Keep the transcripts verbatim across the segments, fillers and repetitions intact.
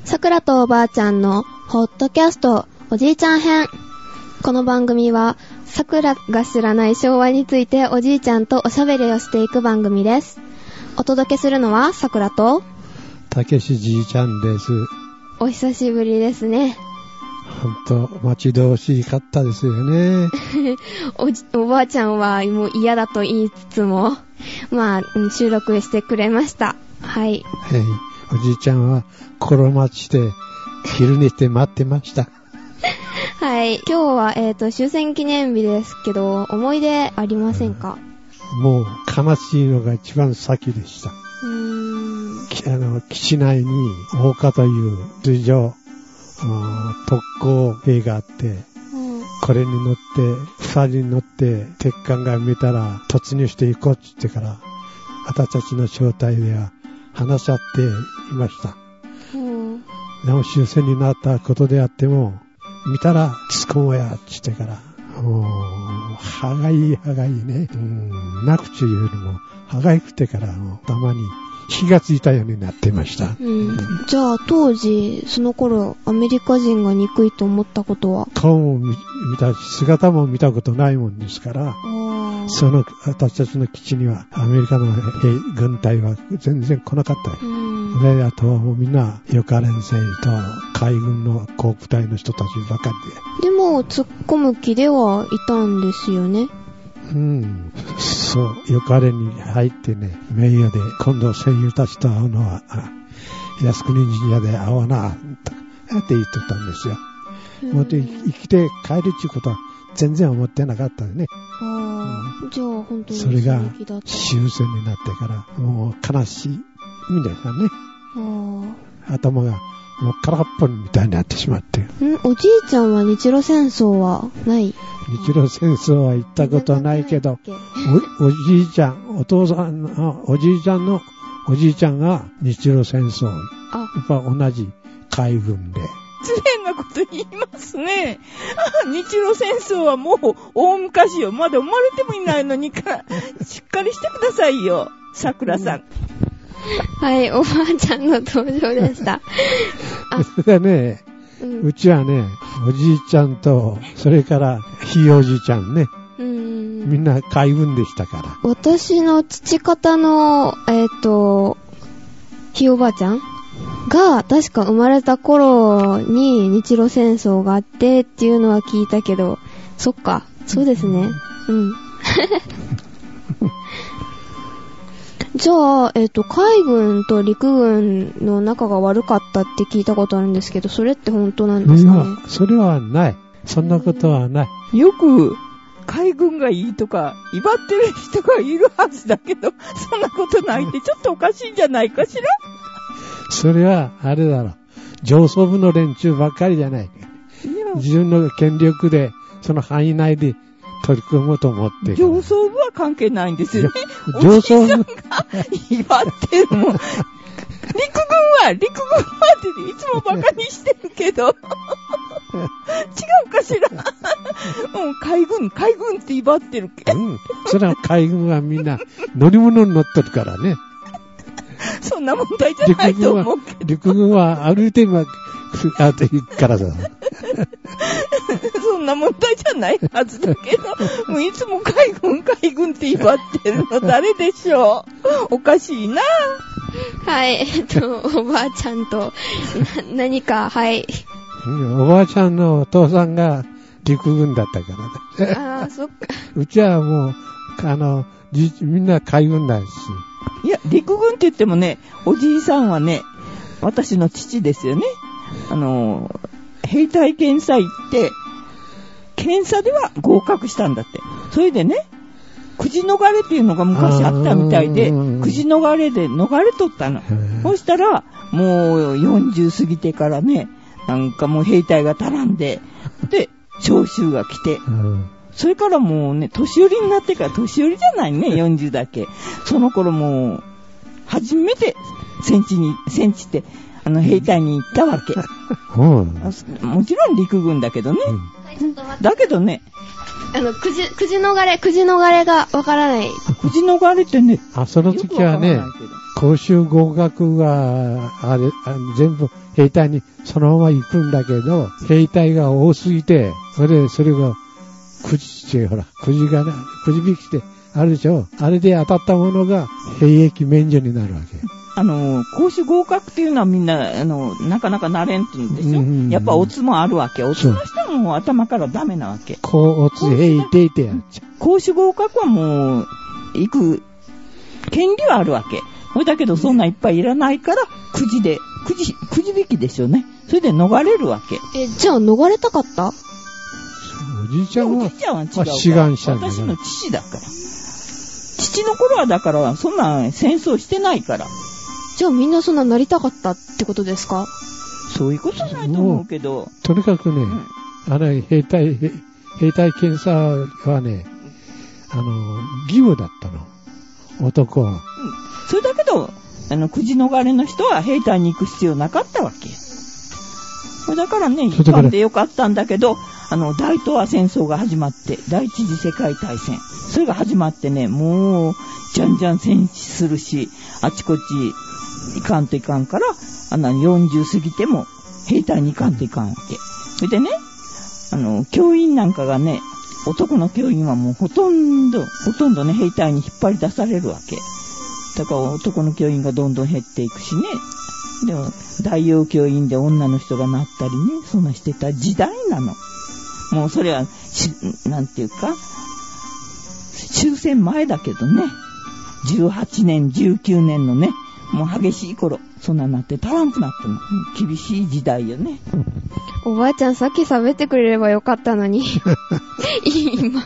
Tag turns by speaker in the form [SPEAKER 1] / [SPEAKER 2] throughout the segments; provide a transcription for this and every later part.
[SPEAKER 1] さくらとおばあちゃんのホットキャストおじいちゃん編。この番組はさくらが知らない昭和についておじいちゃんとおしゃべりをしていく番組です。お届けするのはさくらと
[SPEAKER 2] たけしじいちゃんです。
[SPEAKER 1] お久しぶりですね。
[SPEAKER 2] ほんと待ち遠しかったですよね。
[SPEAKER 1] お, じおばあちゃんはもう嫌だと言いつつもまあ収録してくれました。はい、
[SPEAKER 2] はい、おじいちゃんは心待ちで昼寝して待ってました
[SPEAKER 1] はい、今日は、えーと、終戦記念日ですけど、思い出ありませんか？
[SPEAKER 2] うん、もう悲しいのが一番先でした。
[SPEAKER 1] うーん、
[SPEAKER 2] あの基地内に大岡という水上特攻兵があって、うん、これに乗ってふたりに乗って鉄艦が見たら突入していこうって言ってから、私たちの正体では話し合っていました。うん、でも終戦になったことであっても見たら突っ込もうやって言ってから、もうはがいはがいね、うん、なくちゅうよりもはがいくてからもうたまに気がついたようになってました。
[SPEAKER 1] うん、じゃあ当時その頃アメリカ人が憎いと思ったことは？
[SPEAKER 2] 顔も 見, 見たし姿も見たことないもんですから、その私たちの基地にはアメリカの軍隊は全然来なかったよ。うん、であとはもうみんな予科連戦と海軍の航空隊の人たちばかりで。
[SPEAKER 1] でも突っ込む気ではいたんですよね。
[SPEAKER 2] うん、そう、よかれに入ってね、名誉で今度戦友たちと会うのは靖国神社で会わなとって言ってたんですよ。もう生きて帰るっていうことは全然思ってなかったね。
[SPEAKER 1] あ、うん、じゃあ本当に
[SPEAKER 2] それが終戦になってからもう悲しいみたいなね。あ、頭がもう空っぽみたいになってしまって。
[SPEAKER 1] ん、おじいちゃんは日露戦争はない？
[SPEAKER 2] 日露戦争は行ったことないけど、お, おじいちゃん、お父さんの、おじいちゃんのおじいちゃんが日露戦争、やっぱ同じ海軍で。
[SPEAKER 3] 失礼なこと言いますね。日露戦争はもう大昔よ。まだ生まれてもいないのにか、しっかりしてくださいよ、さくらさん。
[SPEAKER 1] はい、おばあちゃんの登場でした。
[SPEAKER 2] あ、それでね、うん、うちはね、おじいちゃんと、それからひいおじいちゃんね。うん、みんな海軍でしたから。
[SPEAKER 1] 私の父方の、えっと、ひいおばあちゃんが、確か生まれた頃に日露戦争があってっていうのは聞いたけど、そっか、そうですね。うん。じゃあ、えっと、海軍と陸軍の仲が悪かったって聞いたことあるんですけど、それって本当なんですかね？
[SPEAKER 2] いや、それはない。そんなことはない。
[SPEAKER 3] よく、海軍がいいとか、威張ってる人がいるはずだけど、そんなことないってちょっとおかしいんじゃないかしら？
[SPEAKER 2] それは、あれだろう。上層部の連中ばっかりじゃない。自分の権力で、その範囲内で、取り組もうと思って。
[SPEAKER 3] 上層部は関係ないんですよね。
[SPEAKER 2] 上層部が
[SPEAKER 3] 威張ってるもん。陸軍は、陸軍はっていつもバカにしてるけど。違うかしら。うん、海軍、海軍って威張ってるけど。うん。
[SPEAKER 2] それは海軍はみんな乗り物に乗ってるからね。
[SPEAKER 3] そんな問題じゃないと思うけど。
[SPEAKER 2] 陸軍は歩いて今、あと行くからさ。
[SPEAKER 3] そんな問題じゃないはずだけど、もういつも海軍海軍って威張ってるの誰でしょう？おかしいな。
[SPEAKER 1] はい、えっと、おばあちゃんと、な、何か、はい。
[SPEAKER 2] おばあちゃんのお父さんが陸軍だったからね。
[SPEAKER 1] ああ、そっか。
[SPEAKER 2] うちはもう、あの、みんな海軍だし。
[SPEAKER 3] いや、陸軍って言ってもね、おじいさんはね、私の父ですよね。あの、兵隊検査行って、検査では合格したんだって。それでね、くじ逃れっていうのが昔あったみたいで、くじ逃れで逃れとったの。そしたら、もうよんじゅう過ぎてからね、なんかもう兵隊が足らんで、で、召集が来て、それからもうね、年寄りになってから、年寄りじゃないね、よんじゅうだけ。その頃もう、初めて戦地に、戦地って、あの、兵隊に行ったわけ。うん、もちろん陸軍だけどね。うん、だけどね、
[SPEAKER 1] あの、くじ、くじ逃れ、くじ逃れがわからない。
[SPEAKER 3] くじ逃れってね、
[SPEAKER 2] あ、その時はね、 講習合格は、あれ、あ全部兵隊にそのまま行くんだけど、兵隊が多すぎて、それ、それが、くじって、ほら、くじがね、くじ引きってあるでしょ。あれで当たったものが兵役免除になるわけ。
[SPEAKER 3] あの、講習合格っていうのはみんな、あの、なかなかなれんって言うんでしょ、
[SPEAKER 2] うんうんうん、
[SPEAKER 3] やっぱオツもあるわけ。オツの人はもう頭からダメなわけ。
[SPEAKER 2] こう、オツ兵隊ってやっちゃう。
[SPEAKER 3] 講習合格はもう、行く、権利はあるわけ。それだけどそんないっぱいいらないから、くじで、くじ、くじ引きですよね。それで逃れるわけ。
[SPEAKER 1] え、じゃあ逃れたかった？
[SPEAKER 2] おじいちゃんは、
[SPEAKER 3] おじいちゃんは違うから。
[SPEAKER 2] 志願したんだよ。
[SPEAKER 3] 私の父だから。父の頃はだから、そんな戦争してないから。
[SPEAKER 1] じゃあみんなそんななりたかったってことですか？
[SPEAKER 3] そういうことないと思うけど。
[SPEAKER 2] とにかくね、うん、あの、兵隊、兵隊検査はね、あの、義務だったの。男は。うん。
[SPEAKER 3] それだけど、あの、くじ逃れの人は兵隊に行く必要なかったわけ。だからね、一般でよかったんだけど、あの、大東亜戦争が始まって、第一次世界大戦。それが始まってね、もう、じゃんじゃん戦死するし、あちこち行かんといかんから、あんなよんじゅう過ぎても兵隊に行かんといかんわけ。それでね、あの、教員なんかがね、男の教員はもうほとんど、ほとんどね、兵隊に引っ張り出されるわけ。だから男の教員がどんどん減っていくしね。でも、大洋教員で女の人がなったりね、そんなしてた時代なの。もうそれは、なんていうか、終戦前だけどね、じゅうはちねん、じゅうきゅうねんのね、もう激しい頃、そんななって足らんくなっても、厳しい時代よね。
[SPEAKER 1] おばあちゃんさっき喋ってくれればよかったのに。今。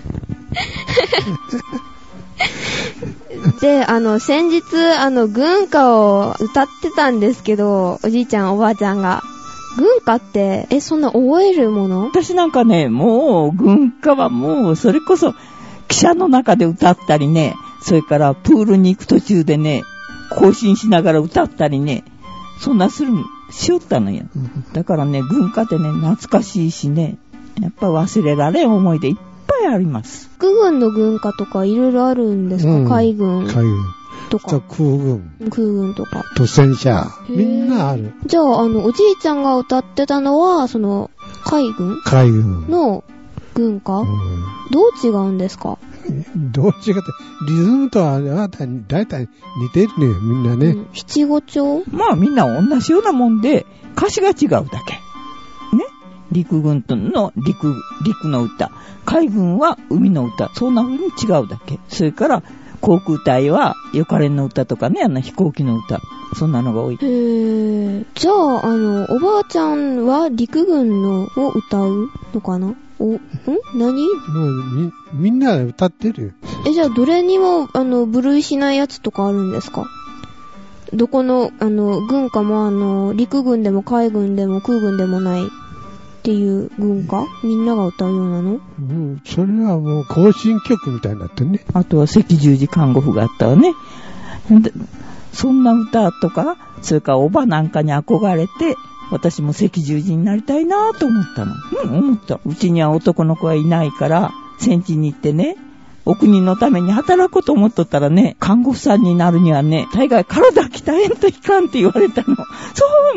[SPEAKER 1] で、あの、先日、あの、軍歌を歌ってたんですけど、おじいちゃん、おばあちゃんが。軍歌って、え、そんな覚えるもの？
[SPEAKER 3] 私なんかね、もう、軍歌はもう、それこそ、汽車の中で歌ったりね、それからプールに行く途中でね、行進しながら歌ったりね、そんなする、しよったのよ。だからね、軍歌ってね、懐かしいしね、やっぱ忘れられん思い出いっぱいあります。
[SPEAKER 1] 陸軍の軍歌とかいろいろあるんですか？うん、海軍。
[SPEAKER 2] 海軍。
[SPEAKER 1] とか。
[SPEAKER 2] 空軍。
[SPEAKER 1] 空軍とか。
[SPEAKER 2] と戦車。みんなある。
[SPEAKER 1] じゃあ、あの、おじいちゃんが歌ってたのは、その、海軍
[SPEAKER 2] 海軍。
[SPEAKER 1] の軍歌、うん、どう違うんですか？
[SPEAKER 2] どう違って、リズムとはだいたい似てるね、みんなね。うん、
[SPEAKER 1] 七五調？
[SPEAKER 3] まあみんな同じようなもんで、歌詞が違うだけ。ね。陸軍との陸、陸の歌。海軍は海の歌。そんな風に違うだけ。それから、航空隊は、よかれんの歌とかね、あの飛行機の歌。そんなのが多い。
[SPEAKER 1] へー。じゃあ、あの、おばあちゃんは陸軍のを歌うのかな？お、ん何？
[SPEAKER 2] もうみ、みんな歌ってるよ。
[SPEAKER 1] え、じゃあ、どれにも、あの、部類しないやつとかあるんですか？どこの、あの、軍歌も、あの、陸軍でも海軍でも空軍でもないっていう軍歌？みんなが歌うようなの？
[SPEAKER 2] うん、それはもう、行進曲みたいになってね。
[SPEAKER 3] あとは赤十字看護婦があったわね。そんな歌とか、それからおばなんかに憧れて、私も赤十字になりたいなぁと思ったの。うん、思った。うちには男の子はいないから、戦地に行ってね、お国のために働こうと思っとったらね、看護婦さんになるにはね、大概体鍛えんといかんって言われたの。そう、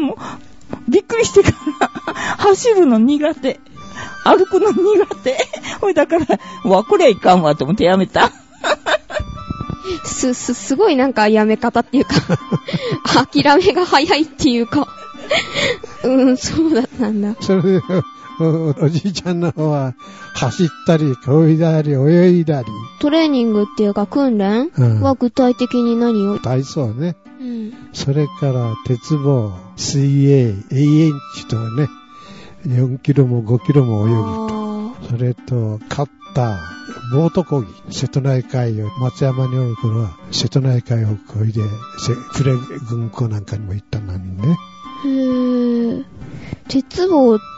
[SPEAKER 3] もう、びっくりしてから、走るの苦手。歩くの苦手。ほいだから、わ、こりゃいかんわと思ってやめた。
[SPEAKER 1] す、す、すごいなんかやめ方っていうか、諦めが早いっていうか、うん、そうだったんだ。
[SPEAKER 2] それで、お, おじいちゃんの方は、走ったり、泳いだり、泳いだり。
[SPEAKER 1] トレーニングっていうか訓練、うん、は具体的に何を？
[SPEAKER 2] 体操ね。うん。それから、鉄棒、水泳、永遠地とね、よんキロもごキロも泳ぐと。それと、カッター、ボート漕ぎ、瀬戸内海を、松山におる頃は、瀬戸内海を漕いで、呉軍港なんかにも行ったのにね。
[SPEAKER 1] へー。鉄棒って、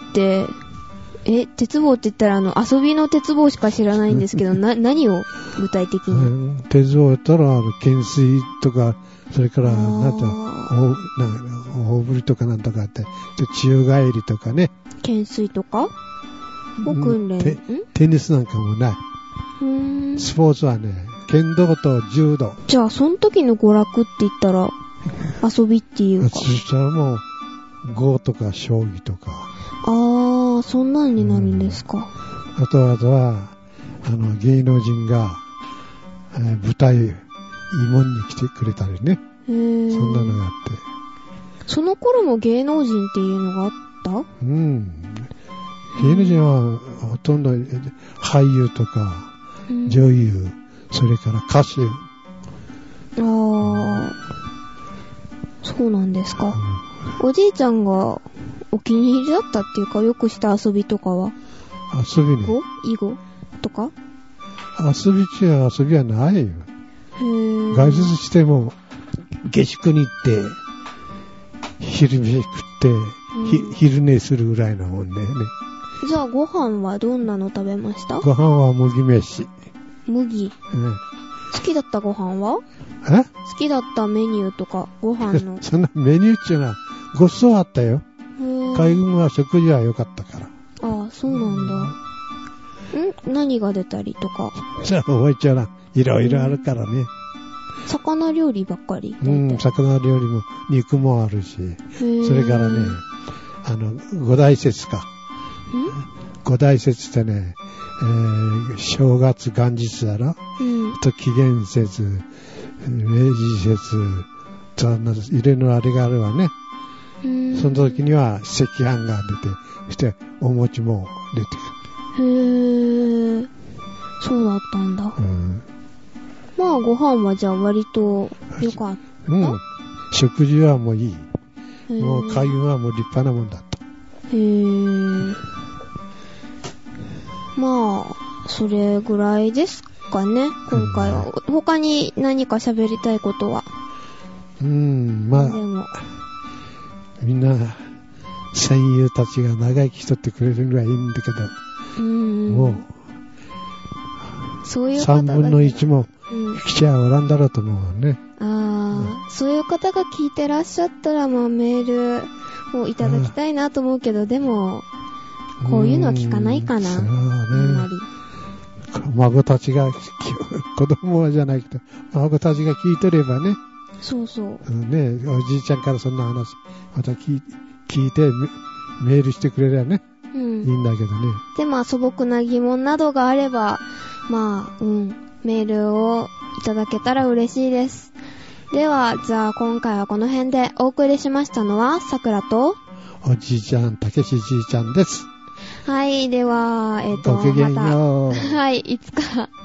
[SPEAKER 1] え、鉄棒って言ったら、あの、遊びの鉄棒しか知らないんですけど、な、何を具体的に、
[SPEAKER 2] うん、鉄棒やったら、あの、懸垂とか、それから、なんと、大振りとかなんとかあって、宙返りとかね。
[SPEAKER 1] 懸垂とかを訓練、
[SPEAKER 2] テ、テニスなんかもない。スポーツはね、 剣道と柔道。
[SPEAKER 1] じゃあ、その時の娯楽って言ったら、遊びっていうか。
[SPEAKER 2] そしたらもう、碁とか将棋とか。
[SPEAKER 1] あー、そんなんになるんですか。
[SPEAKER 2] うん、あとあとは、あの、芸能人が、えー、舞台、慰問に来てくれたりね。
[SPEAKER 1] へー。
[SPEAKER 2] そんなのがあって。
[SPEAKER 1] その頃も芸能人っていうのがあった？
[SPEAKER 2] うん。芸能人はほとんど俳優とか、うん、女優、それから歌手。
[SPEAKER 1] ああ、そうなんですか。うん、おじいちゃんがお気に入りだったっていうか、よくした遊びとかは？
[SPEAKER 2] 遊びね。
[SPEAKER 1] 囲碁とか？
[SPEAKER 2] 遊び中は遊びはないよ。
[SPEAKER 1] へー。
[SPEAKER 2] 外出しても、下宿に行って、昼飯食って、うん、昼寝するぐらいのもんだよね。
[SPEAKER 1] じゃあご飯はどんなの食べました？
[SPEAKER 2] ご飯は麦飯。
[SPEAKER 1] 麦、うん、好きだったご飯は？
[SPEAKER 2] え？
[SPEAKER 1] 好きだったメニューとかご飯の。
[SPEAKER 2] そんなメニューっていうのはごちそうあったよ。海軍は食事は良かったから。
[SPEAKER 1] ああ、そうなんだ。ん？何が出たりとか。
[SPEAKER 2] じゃあ覚えちゃうな。いろいろあるからね。
[SPEAKER 1] 魚料理ばっかり。
[SPEAKER 2] うん、魚料理も肉もあるし。それからね、あの、五大節か。五大節ってね、えー、正月元日だろ、うん、と紀元節、明治節、そんな入れのあれがあるわね。その時には赤飯が出て、そしてお餅も出てくる。
[SPEAKER 1] へー、そうだったんだ。うん、まあご飯はじゃあ割と良かった。うん。
[SPEAKER 2] 食事はもういい。もう海軍はもう立派なもんだった。
[SPEAKER 1] へー。まあ、それぐらいですかね、今回は。うん、他に何か喋りたいことは？
[SPEAKER 2] うーん、まあ、でもみんな、戦友たちが長生きしとってくれるぐらいいいんだけど、うん、もう、そういう方さんぶんのいちも来ちゃおらんだろうと思うね。
[SPEAKER 1] ああ、うん、そういう方が聞いてらっしゃったら、まあメールをいただきたいなと思うけど、でも、こういうのは聞かないかな。そうね。
[SPEAKER 2] 孫たちが、子供じゃないけど、孫たちが聞いてればね。
[SPEAKER 1] そうそう。
[SPEAKER 2] ね、おじいちゃんからそんな話、また聞い、聞いてメールしてくれればね、うん、いいんだけどね。
[SPEAKER 1] で、まあ素朴な疑問などがあれば、まあ、うん、メールをいただけたら嬉しいです。では、じゃあ今回はこの辺でお送りしましたのは、さくらと、
[SPEAKER 2] おじいちゃん、たけしじいちゃんです。
[SPEAKER 1] はい、では、えっと、
[SPEAKER 2] ごきげんよう。
[SPEAKER 1] また、はい、いつか